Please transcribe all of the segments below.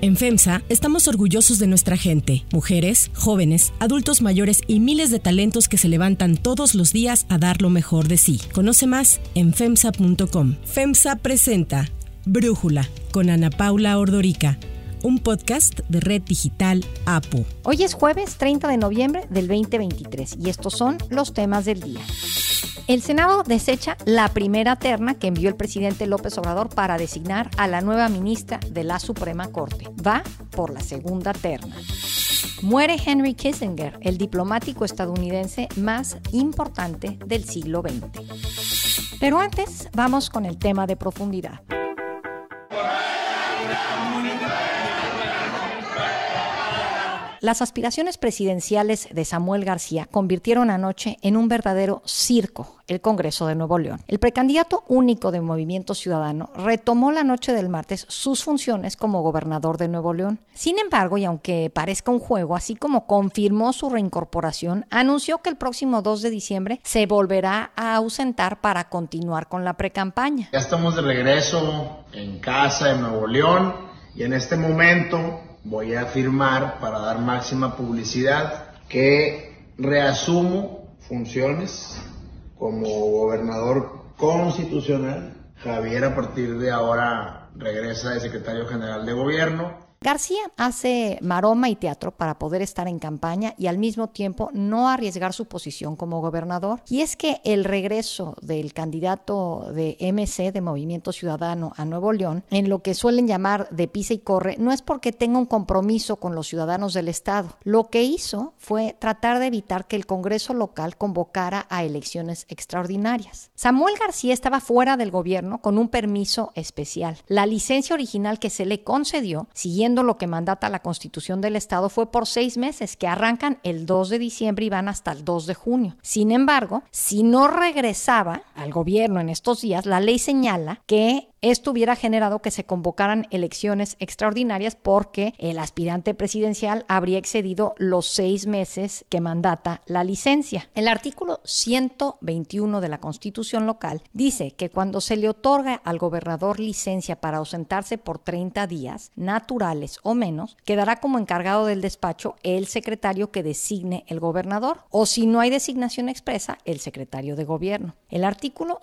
En FEMSA estamos orgullosos de nuestra gente, mujeres, jóvenes, adultos mayores y miles de talentos que se levantan todos los días a dar lo mejor de sí. Conoce más en FEMSA.com. FEMSA presenta Brújula con Ana Paula Ordorica, un podcast de Red Digital APO. Hoy es jueves 30 de noviembre del 2023 y estos son los temas del día. El Senado desecha la primera terna que envió el presidente López Obrador para designar a la nueva ministra de la Suprema Corte. Va por la segunda terna. Muere Henry Kissinger, el diplomático estadounidense más importante del siglo XX. Pero antes, vamos con el tema de profundidad. Las aspiraciones presidenciales de Samuel García convirtieron anoche en un verdadero circo el Congreso de Nuevo León. El precandidato único de Movimiento Ciudadano retomó la noche del martes sus funciones como gobernador de Nuevo León. Sin embargo, y aunque parezca un juego, así como confirmó su reincorporación, anunció que el próximo 2 de diciembre se volverá a ausentar para continuar con la precampaña. Ya estamos de regreso en casa en Nuevo León y en este momento voy a afirmar, para dar máxima publicidad, que reasumo funciones como gobernador constitucional. Javier a partir de ahora regresa de secretario general de gobierno. García hace maroma y teatro para poder estar en campaña y al mismo tiempo no arriesgar su posición como gobernador. Y es que el regreso del candidato de MC, de Movimiento Ciudadano, a Nuevo León, en lo que suelen llamar de pisa y corre, no es porque tenga un compromiso con los ciudadanos del estado. Lo que hizo fue tratar de evitar que el Congreso local convocara a elecciones extraordinarias. Samuel García estaba fuera del gobierno con un permiso especial. La licencia original que se le concedió, siguiendo lo que mandata la Constitución del Estado, fue por 6 meses, que arrancan el 2 de diciembre y van hasta el 2 de junio. Sin embargo, si no regresaba al gobierno en estos días, la ley señala que esto hubiera generado que se convocaran elecciones extraordinarias porque el aspirante presidencial habría excedido los 6 meses que mandata la licencia. El artículo 121 de la Constitución local dice que cuando se le otorga al gobernador licencia para ausentarse por 30 días naturales o menos, quedará como encargado del despacho el secretario que designe el gobernador, o si no hay designación expresa, el secretario de gobierno. El artículo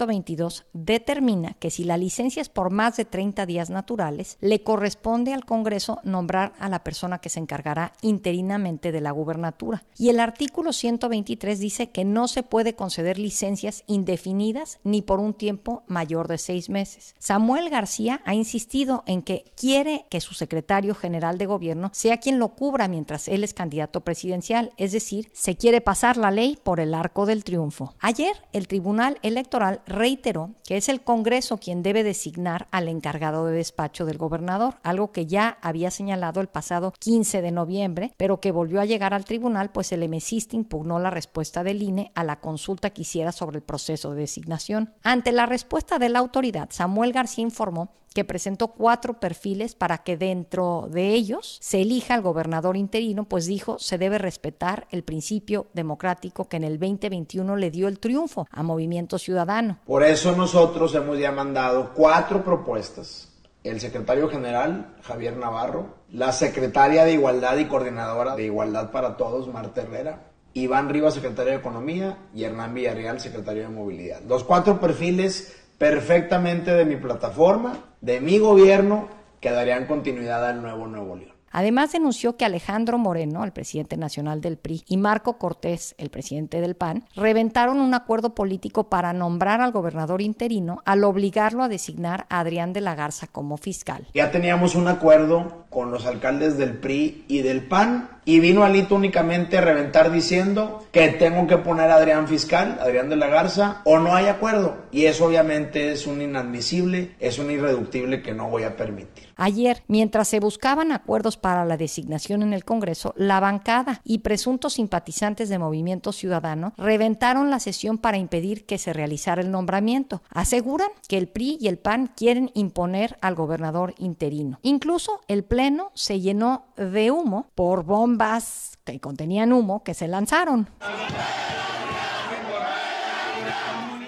122 determina que si la licencias por más de 30 días naturales, le corresponde al Congreso nombrar a la persona que se encargará interinamente de la gubernatura. Y el artículo 123 dice que no se puede conceder licencias indefinidas ni por un tiempo mayor de 6 meses. Samuel García ha insistido en que quiere que su secretario general de gobierno sea quien lo cubra mientras él es candidato presidencial, es decir, se quiere pasar la ley por el arco del triunfo. Ayer, el Tribunal Electoral reiteró que es el Congreso quien debe designar al encargado de despacho del gobernador, algo que ya había señalado el pasado 15 de noviembre, pero que volvió a llegar al tribunal, pues el emesista impugnó la respuesta del INE a la consulta que hiciera sobre el proceso de designación. Ante la respuesta de la autoridad, Samuel García informó que presentó 4 perfiles para que dentro de ellos se elija al gobernador interino, pues dijo se debe respetar el principio democrático que en el 2021 le dio el triunfo a Movimiento Ciudadano. Por eso nosotros hemos ya mandado 4 propuestas. El secretario general, Javier Navarro, la secretaria de Igualdad y coordinadora de Igualdad para Todos, Marta Herrera, Iván Rivas, secretario de Economía, y Hernán Villarreal, secretario de Movilidad. Los 4 perfiles perfectamente de mi plataforma, de mi gobierno, que darían continuidad al nuevo Nuevo León. Además, denunció que Alejandro Moreno, el presidente nacional del PRI, y Marco Cortés, el presidente del PAN, reventaron un acuerdo político para nombrar al gobernador interino al obligarlo a designar a Adrián de la Garza como fiscal. Ya teníamos un acuerdo con los alcaldes del PRI y del PAN, y vino Alito únicamente a reventar diciendo que tengo que poner a Adrián fiscal, Adrián de la Garza, o no hay acuerdo. Y eso obviamente es un inadmisible, es un irreductible que no voy a permitir. Ayer, mientras se buscaban acuerdos para la designación en el Congreso, la bancada y presuntos simpatizantes de Movimiento Ciudadano reventaron la sesión para impedir que se realizara el nombramiento. Aseguran que el PRI y el PAN quieren imponer al gobernador interino. Incluso el Pleno se llenó de humo por bombas que contenían humo que se lanzaron.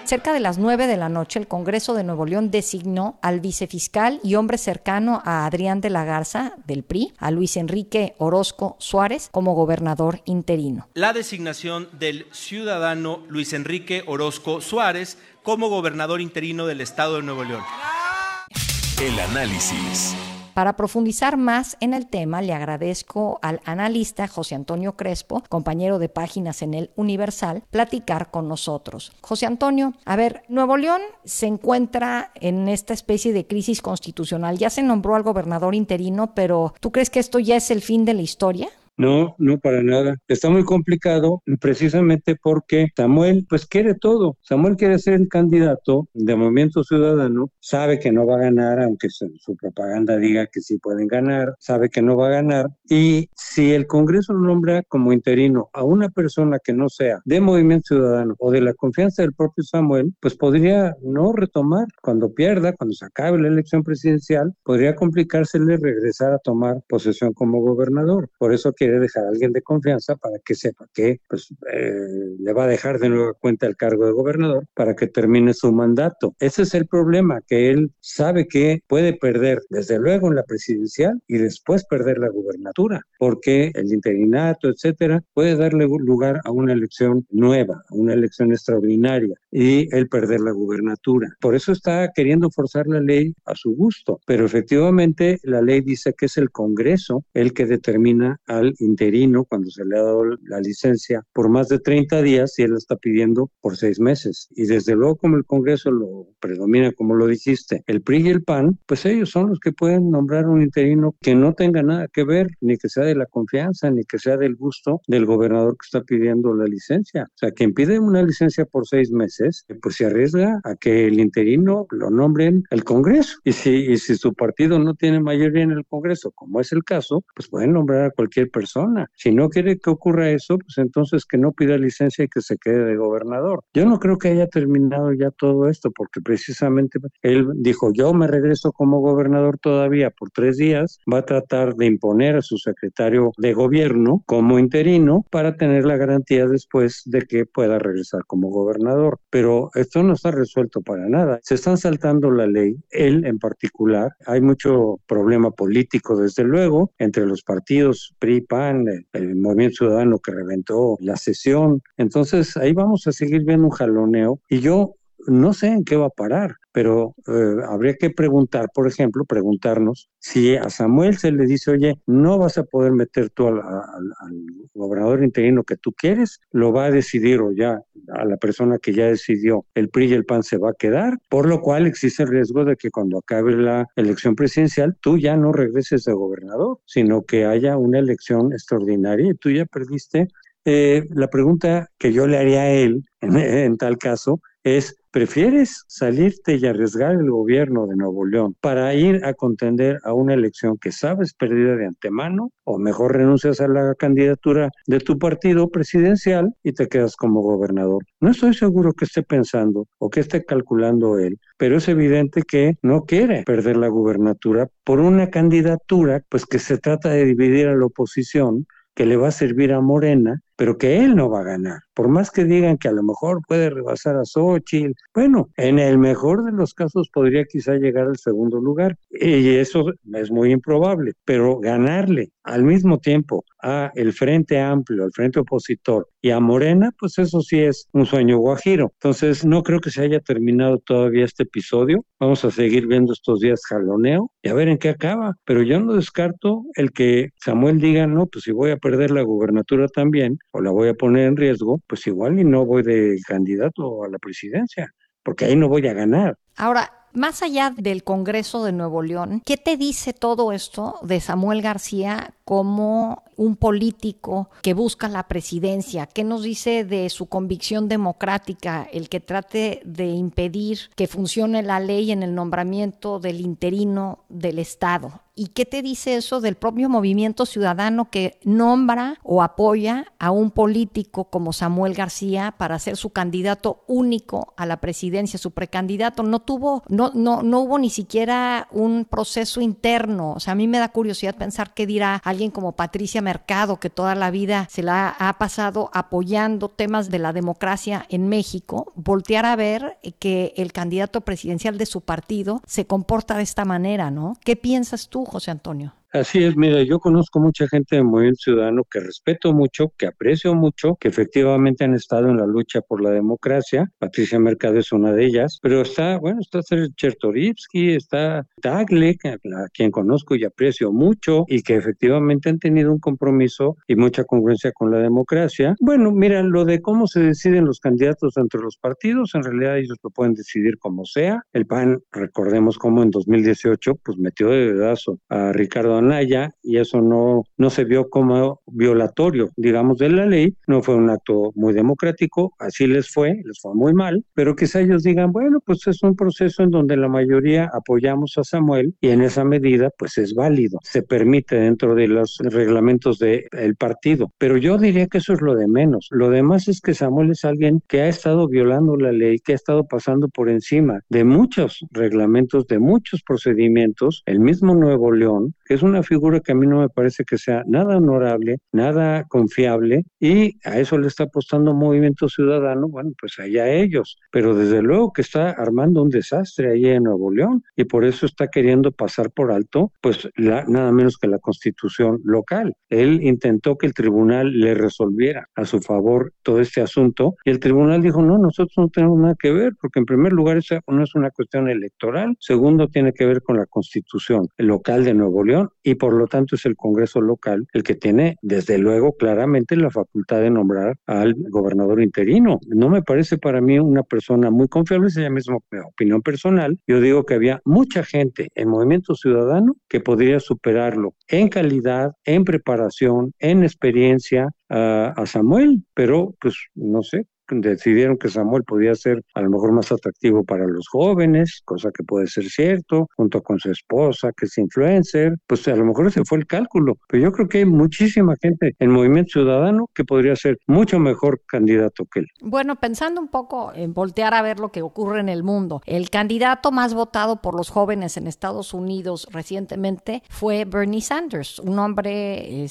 Cerca de las 9 de la noche, el Congreso de Nuevo León designó al vicefiscal y hombre cercano a Adrián de la Garza, del PRI, a Luis Enrique Orozco Suárez, como gobernador interino. La designación del ciudadano Luis Enrique Orozco Suárez como gobernador interino del estado de Nuevo León. El análisis. Para profundizar más en el tema, le agradezco al analista José Antonio Crespo, compañero de páginas en El Universal, platicar con nosotros. José Antonio, a ver, Nuevo León se encuentra en esta especie de crisis constitucional. Ya se nombró al gobernador interino, pero ¿tú crees que esto ya es el fin de la historia? No, no para nada. Está muy complicado precisamente porque Samuel pues quiere todo. Samuel quiere ser el candidato de Movimiento Ciudadano, sabe que no va a ganar, aunque su propaganda diga que sí pueden ganar, sabe que no va a ganar. Y si el Congreso nombra como interino a una persona que no sea de Movimiento Ciudadano o de la confianza del propio Samuel, pues podría no retomar. Cuando pierda, cuando se acabe la elección presidencial, podría complicársele regresar a tomar posesión como gobernador. Por eso quiere dejar a alguien de confianza para que sepa que le va a dejar de nueva cuenta el cargo de gobernador para que termine su mandato. Ese es el problema, que él sabe que puede perder desde luego en la presidencial y después perder la gubernatura, porque el interinato, etcétera, puede darle lugar a una elección nueva, a una elección extraordinaria y él perder la gubernatura. Por eso está queriendo forzar la ley a su gusto, pero efectivamente la ley dice que es el Congreso el que determina al interino cuando se le ha dado la licencia por más de 30 días y él la está pidiendo por 6 meses. Y desde luego, como el Congreso lo predomina, como lo dijiste, el PRI y el PAN, pues ellos son los que pueden nombrar un interino que no tenga nada que ver, ni que sea de la confianza, ni que sea del gusto del gobernador que está pidiendo la licencia. O sea, quien pide una licencia por 6 meses, pues se arriesga a que el interino lo nombren el Congreso. Y si su partido no tiene mayoría en el Congreso, como es el caso, pues pueden nombrar a cualquier persona. Si no quiere que ocurra eso, pues entonces que no pida licencia y que se quede de gobernador. Yo no creo que haya terminado ya todo esto, porque precisamente él dijo, yo me regreso como gobernador todavía por 3 días, va a tratar de imponer a su secretario de gobierno como interino para tener la garantía después de que pueda regresar como gobernador. Pero esto no está resuelto para nada. Se están saltando la ley, él en particular. Hay mucho problema político, desde luego, entre los partidos PRI, PAN, el Movimiento Ciudadano que reventó la sesión. Entonces ahí vamos a seguir viendo un jaloneo y yo no sé en qué va a parar, pero habría que preguntarnos si a Samuel se le dice, oye, no vas a poder meter tú al gobernador interino que tú quieres, lo va a decidir o ya a la persona que ya decidió, el PRI y el PAN se va a quedar, por lo cual existe el riesgo de que cuando acabe la elección presidencial tú ya no regreses de gobernador, sino que haya una elección extraordinaria y tú ya perdiste. La pregunta que yo le haría a él en tal caso es, ¿prefieres salirte y arriesgar el gobierno de Nuevo León para ir a contender a una elección que sabes perdida de antemano? ¿O mejor renuncias a la candidatura de tu partido presidencial y te quedas como gobernador? No estoy seguro que esté pensando o que esté calculando él, pero es evidente que no quiere perder la gubernatura por una candidatura pues que se trata de dividir a la oposición, que le va a servir a Morena, pero que él no va a ganar. Por más que digan que a lo mejor puede rebasar a Xóchitl, bueno, en el mejor de los casos podría quizá llegar al segundo lugar, y eso es muy improbable, pero ganarle al mismo tiempo a el Frente Amplio, al Frente Opositor y a Morena, pues eso sí es un sueño guajiro. Entonces no creo que se haya terminado todavía este episodio, vamos a seguir viendo estos días jaloneo y a ver en qué acaba, pero yo no descarto el que Samuel diga, no, pues si voy a perder la gubernatura también, o la voy a poner en riesgo, pues igual y no voy de candidato a la presidencia, porque ahí no voy a ganar. Ahora, más allá del Congreso de Nuevo León, ¿qué te dice todo esto de Samuel García como un político que busca la presidencia? ¿Qué nos dice de su convicción democrática, el que trate de impedir que funcione la ley en el nombramiento del interino del Estado? ¿Y qué te dice eso del propio Movimiento Ciudadano que nombra o apoya a un político como Samuel García para ser su candidato único a la presidencia, su precandidato? No hubo ni siquiera un proceso interno. O sea, a mí me da curiosidad pensar qué dirá alguien como Patricia Mercado, que toda la vida se la ha pasado apoyando temas de la democracia en México, voltear a ver que el candidato presidencial de su partido se comporta de esta manera, ¿no? ¿Qué piensas tú, José Antonio? Así es, mira, yo conozco mucha gente del Movimiento Ciudadano que respeto mucho, que aprecio mucho, que efectivamente han estado en la lucha por la democracia. Patricia Mercado es una de ellas, pero está Chertorivsky, está Tagle, a quien conozco y aprecio mucho, y que efectivamente han tenido un compromiso y mucha congruencia con la democracia. Bueno, mira, lo de cómo se deciden los candidatos entre los partidos, en realidad ellos lo pueden decidir como sea. El PAN, recordemos cómo en 2018, pues metió de dedazo a Ricardo Anaya, y eso no se vio como violatorio, digamos, de la ley. No fue un acto muy democrático, así les fue muy mal, pero quizá ellos digan, bueno, pues es un proceso en donde la mayoría apoyamos a Samuel y en esa medida pues es válido, se permite dentro de los reglamentos del partido, pero yo diría que eso es lo de menos. Lo demás es que Samuel es alguien que ha estado violando la ley, que ha estado pasando por encima de muchos reglamentos, de muchos procedimientos, el mismo Nuevo León, que es una figura que a mí no me parece que sea nada honorable, nada confiable, y a eso le está apostando Movimiento Ciudadano. Bueno, pues allá ellos, pero desde luego que está armando un desastre ahí en Nuevo León, y por eso está queriendo pasar por alto, pues nada menos que la Constitución local. Él intentó que el tribunal le resolviera a su favor todo este asunto, y el tribunal dijo, no, nosotros no tenemos nada que ver, porque en primer lugar esa no es una cuestión electoral, segundo tiene que ver con la Constitución local de Nuevo León, y por lo tanto es el Congreso local el que tiene, desde luego, claramente la facultad de nombrar al gobernador interino. No me parece para mí una persona muy confiable, es ella misma opinión personal. Yo digo que había mucha gente en Movimiento Ciudadano que podría superarlo en calidad, en preparación, en experiencia a Samuel, pero pues no sé, decidieron que Samuel podía ser a lo mejor más atractivo para los jóvenes, cosa que puede ser cierto, junto con su esposa, que es influencer, pues a lo mejor ese fue el cálculo, pero yo creo que hay muchísima gente en Movimiento Ciudadano que podría ser mucho mejor candidato que él. Bueno, pensando un poco en voltear a ver lo que ocurre en el mundo, el candidato más votado por los jóvenes en Estados Unidos recientemente fue Bernie Sanders, un hombre,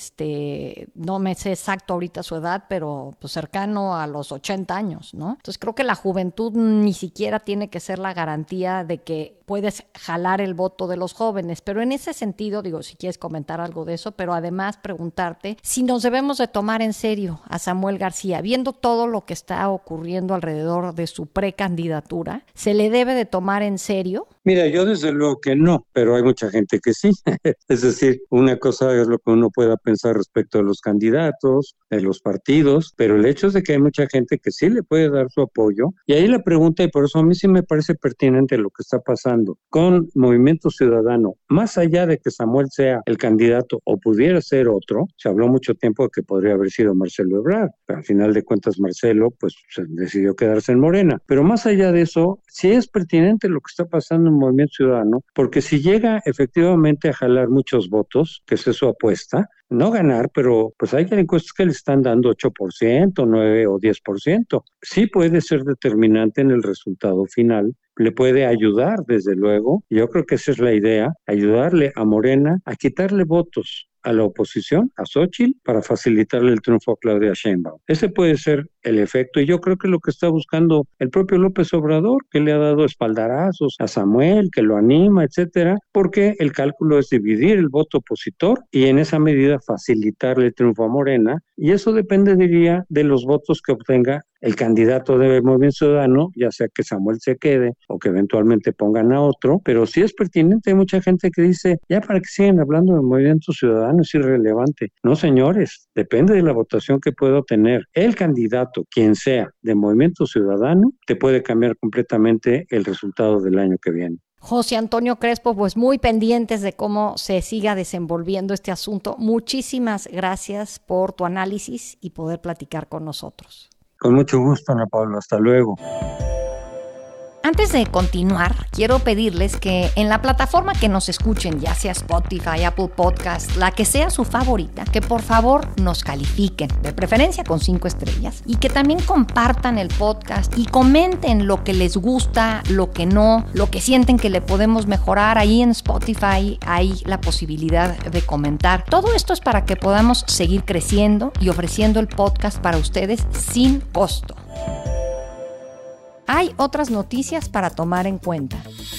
no me sé exacto ahorita su edad, pero pues cercano a los 80 años, ¿no? Entonces creo que la juventud ni siquiera tiene que ser la garantía de que puedes jalar el voto de los jóvenes, pero en ese sentido, digo, si quieres comentar algo de eso, pero además preguntarte si nos debemos de tomar en serio a Samuel García, viendo todo lo que está ocurriendo alrededor de su precandidatura, ¿se le debe de tomar en serio? Mira, yo desde luego que no, pero hay mucha gente que sí. Es decir, una cosa es lo que uno pueda pensar respecto de los candidatos, de los partidos, pero el hecho es de que hay mucha gente que sí le puede dar su apoyo. Y ahí la pregunta, y por eso a mí sí me parece pertinente lo que está pasando con Movimiento Ciudadano, más allá de que Samuel sea el candidato o pudiera ser otro, se habló mucho tiempo de que podría haber sido Marcelo Ebrard, pero al final de cuentas Marcelo pues decidió quedarse en Morena. Pero más allá de eso, sí es pertinente lo que está pasando en Movimiento Ciudadano, porque si llega efectivamente a jalar muchos votos, que es su apuesta, no ganar, pero pues hay encuestas que le están dando 8%, 9 o 10%. Sí puede ser determinante en el resultado final, le puede ayudar desde luego. Yo creo que esa es la idea, ayudarle a Morena a quitarle votos a la oposición, a Xóchitl, para facilitarle el triunfo a Claudia Sheinbaum. Ese puede ser el efecto, y yo creo que lo que está buscando el propio López Obrador, que le ha dado espaldarazos a Samuel, que lo anima, etcétera, porque el cálculo es dividir el voto opositor y en esa medida facilitarle el triunfo a Morena, y eso depende, diría, de los votos que obtenga el candidato de Movimiento Ciudadano, ya sea que Samuel se quede o que eventualmente pongan a otro, pero sí es pertinente. Hay mucha gente que dice, ya para que siguen hablando de Movimiento Ciudadano, es irrelevante. No, señores, depende de la votación que pueda obtener el candidato, quien sea, de Movimiento Ciudadano, te puede cambiar completamente el resultado del año que viene. José Antonio Crespo, pues muy pendientes de cómo se siga desenvolviendo este asunto. Muchísimas gracias por tu análisis y poder platicar con nosotros. Con mucho gusto, Ana Paula. Hasta luego. Antes de continuar, quiero pedirles que en la plataforma que nos escuchen, ya sea Spotify, Apple Podcast, la que sea su favorita, que por favor nos califiquen, de preferencia con 5 estrellas, y que también compartan el podcast y comenten lo que les gusta, lo que no, lo que sienten que le podemos mejorar. Ahí en Spotify hay la posibilidad de comentar. Todo esto es para que podamos seguir creciendo y ofreciendo el podcast para ustedes sin costo. Hay otras noticias para tomar en cuenta.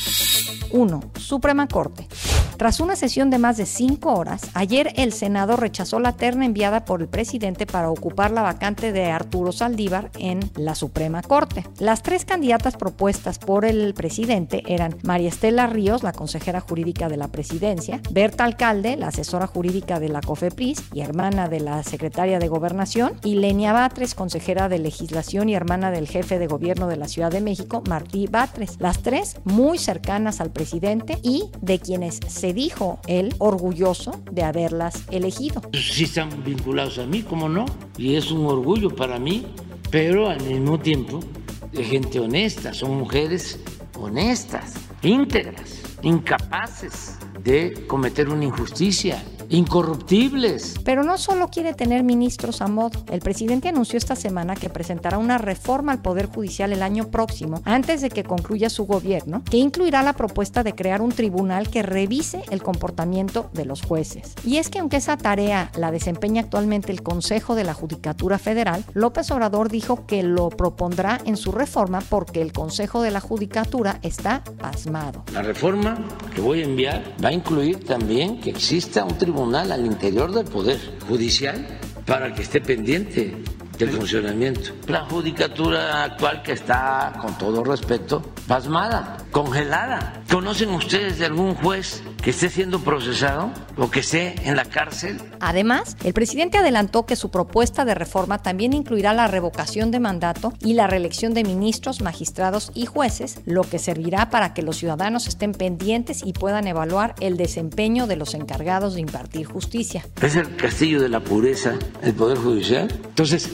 1. Suprema Corte. Tras una sesión de más de 5 horas, ayer el Senado rechazó la terna enviada por el presidente para ocupar la vacante de Arturo Saldívar en la Suprema Corte. Las 3 candidatas propuestas por el presidente eran María Estela Ríos, la consejera jurídica de la presidencia, Berta Alcalde, la asesora jurídica de la COFEPRIS y hermana de la secretaria de Gobernación, y Lenia Batres, consejera de Legislación y hermana del jefe de gobierno de la Ciudad de México, Martí Batres. Las 3 muy cercanas al presidente y de quienes se dijo él orgulloso de haberlas elegido. Sí están vinculados a mí, ¿cómo no? Y es un orgullo para mí, pero al mismo tiempo de gente honesta, son mujeres honestas, íntegras, incapaces de cometer una injusticia, incorruptibles. Pero no solo quiere tener ministros a modo. El presidente anunció esta semana que presentará una reforma al Poder Judicial el año próximo, antes de que concluya su gobierno, que incluirá la propuesta de crear un tribunal que revise el comportamiento de los jueces. Y es que aunque esa tarea la desempeña actualmente el Consejo de la Judicatura Federal, López Obrador dijo que lo propondrá en su reforma porque el Consejo de la Judicatura está pasmado. La reforma que voy a enviar va a incluir también que exista un tribunal al interior del Poder Judicial para que esté pendiente del funcionamiento. La judicatura actual, que está, con todo respeto, pasmada, congelada. ¿Conocen ustedes de algún juez que esté siendo procesado o que esté en la cárcel? Además, el presidente adelantó que su propuesta de reforma también incluirá la revocación de mandato y la reelección de ministros, magistrados y jueces, lo que servirá para que los ciudadanos estén pendientes y puedan evaluar el desempeño de los encargados de impartir justicia. Es el castillo de la pureza el Poder Judicial. Entonces,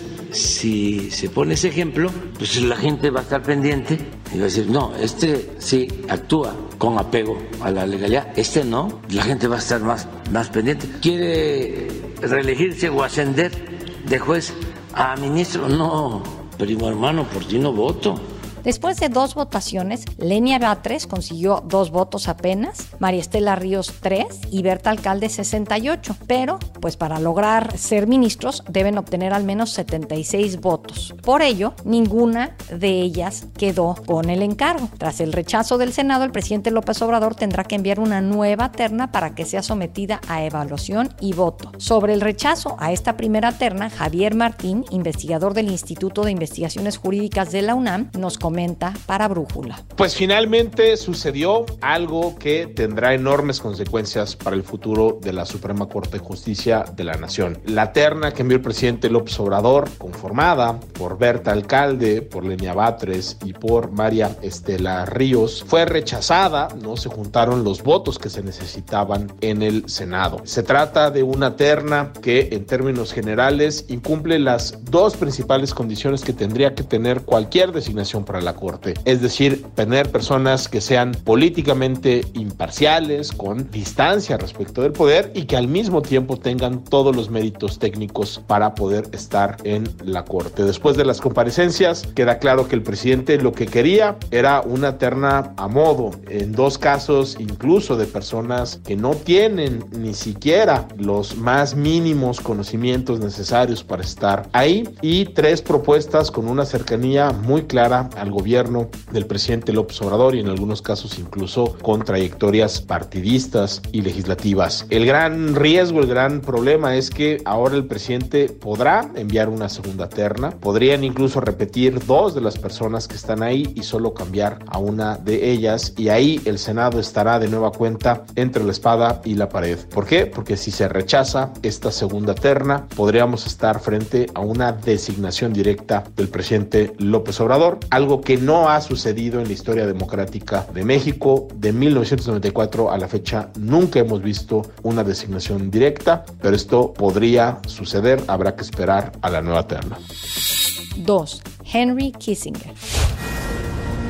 si se pone ese ejemplo, pues la gente va a estar pendiente y va a decir, no, este sí actúa con apego a la legalidad, este no, la gente va a estar más pendiente. ¿Quiere reelegirse o ascender de juez a ministro? No, primo hermano, por ti no voto. Después de 2 votaciones, Lenia Batres consiguió 2 votos apenas, María Estela Ríos 3 y Berta Alcalde 68. Pero, pues para lograr ser ministros deben obtener al menos 76 votos. Por ello, ninguna de ellas quedó con el encargo. Tras el rechazo del Senado, el presidente López Obrador tendrá que enviar una nueva terna para que sea sometida a evaluación y voto. Sobre el rechazo a esta primera terna, Javier Martín, investigador del Instituto de Investigaciones Jurídicas de la UNAM, nos comenta para Brújula. Pues finalmente sucedió algo que tendrá enormes consecuencias para el futuro de la Suprema Corte de Justicia de la Nación. La terna que envió el presidente López Obrador, conformada por Berta Alcalde, por Lenia Batres y por María Estela Ríos, fue rechazada, no se juntaron los votos que se necesitaban en el Senado. Se trata de una terna que en términos generales incumple las 2 principales condiciones que tendría que tener cualquier designación para la Corte, es decir, tener personas que sean políticamente imparciales, con distancia respecto del poder y que al mismo tiempo tengan todos los méritos técnicos para poder estar en la Corte. Después de las comparecencias, queda claro que el presidente lo que quería era una terna a modo, en 2 casos incluso de personas que no tienen ni siquiera los más mínimos conocimientos necesarios para estar ahí, y 3 propuestas con una cercanía muy clara al gobierno del presidente López Obrador y en algunos casos incluso con trayectorias partidistas y legislativas. El gran riesgo, el gran problema es que ahora el presidente podrá enviar una segunda terna, podrían incluso repetir 2 de las personas que están ahí y solo cambiar a una de ellas, y ahí el Senado estará de nueva cuenta entre la espada y la pared. ¿Por qué? Porque si se rechaza esta segunda terna, podríamos estar frente a una designación directa del presidente López Obrador, algo que no ha sucedido en la historia democrática de México. De 1994 a la fecha nunca hemos visto una designación directa, pero esto podría suceder, habrá que esperar a la nueva terna. 2. Henry Kissinger.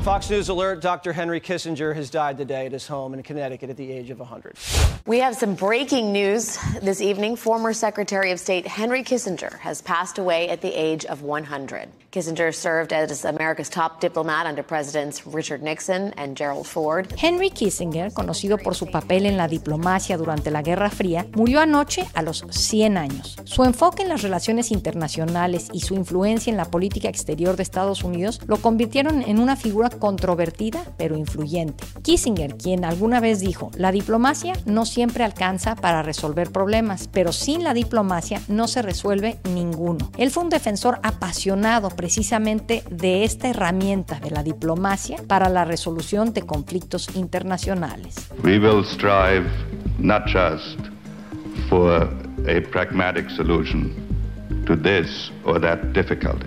Fox News alert, Dr. Henry Kissinger has died today at his home in Connecticut at the age of 100. We have some breaking news this evening. Former Secretary of State Henry Kissinger has passed away at the age of 100. Kissinger served as America's top diplomat under Presidents Richard Nixon and Gerald Ford. Henry Kissinger, conocido por su papel en la diplomacia durante la Guerra Fría, murió anoche a los 100 años. Su enfoque en las relaciones internacionales y su influencia en la política exterior de Estados Unidos lo convirtieron en una figura controvertida pero influyente. Kissinger, quien alguna vez dijo, la diplomacia no siempre alcanza para resolver problemas, pero sin la diplomacia no se resuelve ninguno. Él fue un defensor apasionado precisamente de esta herramienta de la diplomacia para la resolución de conflictos internacionales. We will strive not just for a pragmatic solution to this or that difficulty,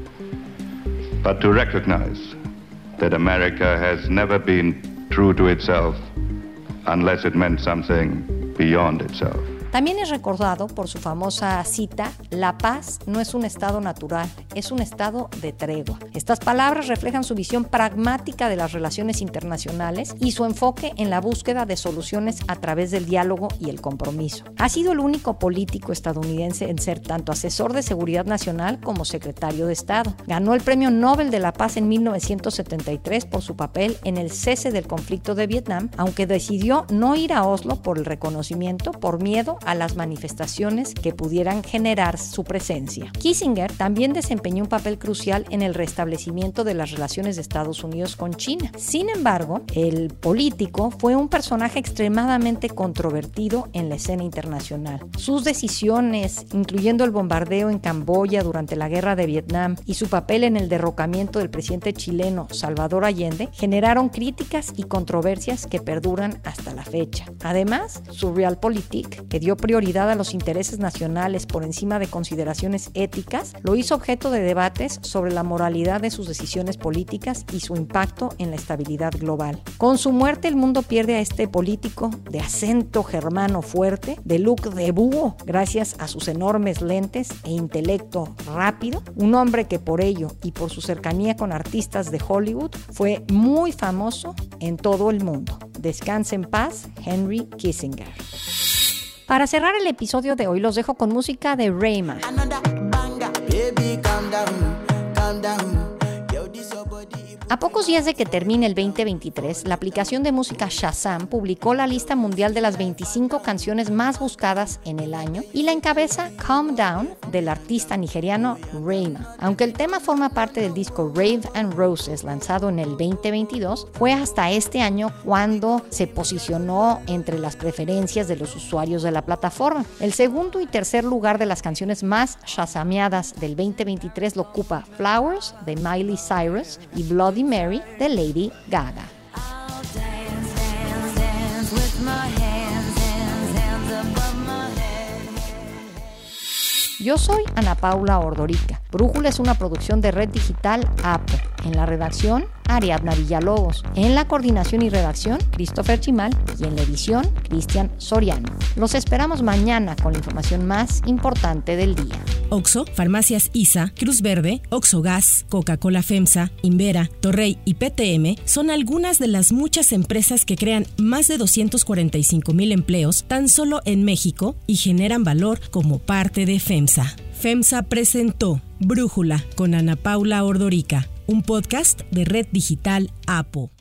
but to recognize that America has never been true to itself unless it meant something beyond itself. También es recordado por su famosa cita, la paz no es un estado natural, es un estado de tregua. Estas palabras reflejan su visión pragmática de las relaciones internacionales y su enfoque en la búsqueda de soluciones a través del diálogo y el compromiso. Ha sido el único político estadounidense en ser tanto asesor de seguridad nacional como secretario de Estado. Ganó el Premio Nobel de la Paz en 1973 por su papel en el cese del conflicto de Vietnam, aunque decidió no ir a Oslo por el reconocimiento por miedo a las manifestaciones que pudieran generar su presencia. Kissinger también desempeñó un papel crucial en el restablecimiento de las relaciones de Estados Unidos con China. Sin embargo, el político fue un personaje extremadamente controvertido en la escena internacional. Sus decisiones, incluyendo el bombardeo en Camboya durante la Guerra de Vietnam y su papel en el derrocamiento del presidente chileno Salvador Allende, generaron críticas y controversias que perduran hasta la fecha. Además, su realpolitik, que dio prioridad a los intereses nacionales por encima de consideraciones éticas, lo hizo objeto de debates sobre la moralidad de sus decisiones políticas y su impacto en la estabilidad global. Con su muerte, el mundo pierde a este político de acento germano fuerte, de look de búho, gracias a sus enormes lentes e intelecto rápido, un hombre que por ello y por su cercanía con artistas de Hollywood fue muy famoso en todo el mundo. Descanse en paz, Henry Kissinger. Para cerrar el episodio de hoy, los dejo con música de Rayman. A pocos días de que termine el 2023, la aplicación de música Shazam publicó la lista mundial de las 25 canciones más buscadas en el año y la encabeza Calm Down del artista nigeriano Rayman. Aunque el tema forma parte del disco Rave and Roses lanzado en el 2022, fue hasta este año cuando se posicionó entre las preferencias de los usuarios de la plataforma. El segundo y tercer lugar de las canciones más shazameadas del 2023 lo ocupa Flowers de Miley Cyrus y Bloody Mary de Lady Gaga. Yo soy Ana Paula Ordorica. Brújula es una producción de Red Digital APO. En la redacción, Ariadna Villalobos. En la coordinación y redacción, Christopher Chimal. Y en la edición, Cristian Soriano. Los esperamos mañana con la información más importante del día. Oxxo, Farmacias ISA, Cruz Verde, Oxxo Gas, Coca-Cola FEMSA, Invera, Torrey y PTM son algunas de las muchas empresas que crean más de 245,000 empleos tan solo en México y generan valor como parte de FEMSA. FEMSA presentó Brújula con Ana Paula Ordorica, un podcast de Red Digital APO.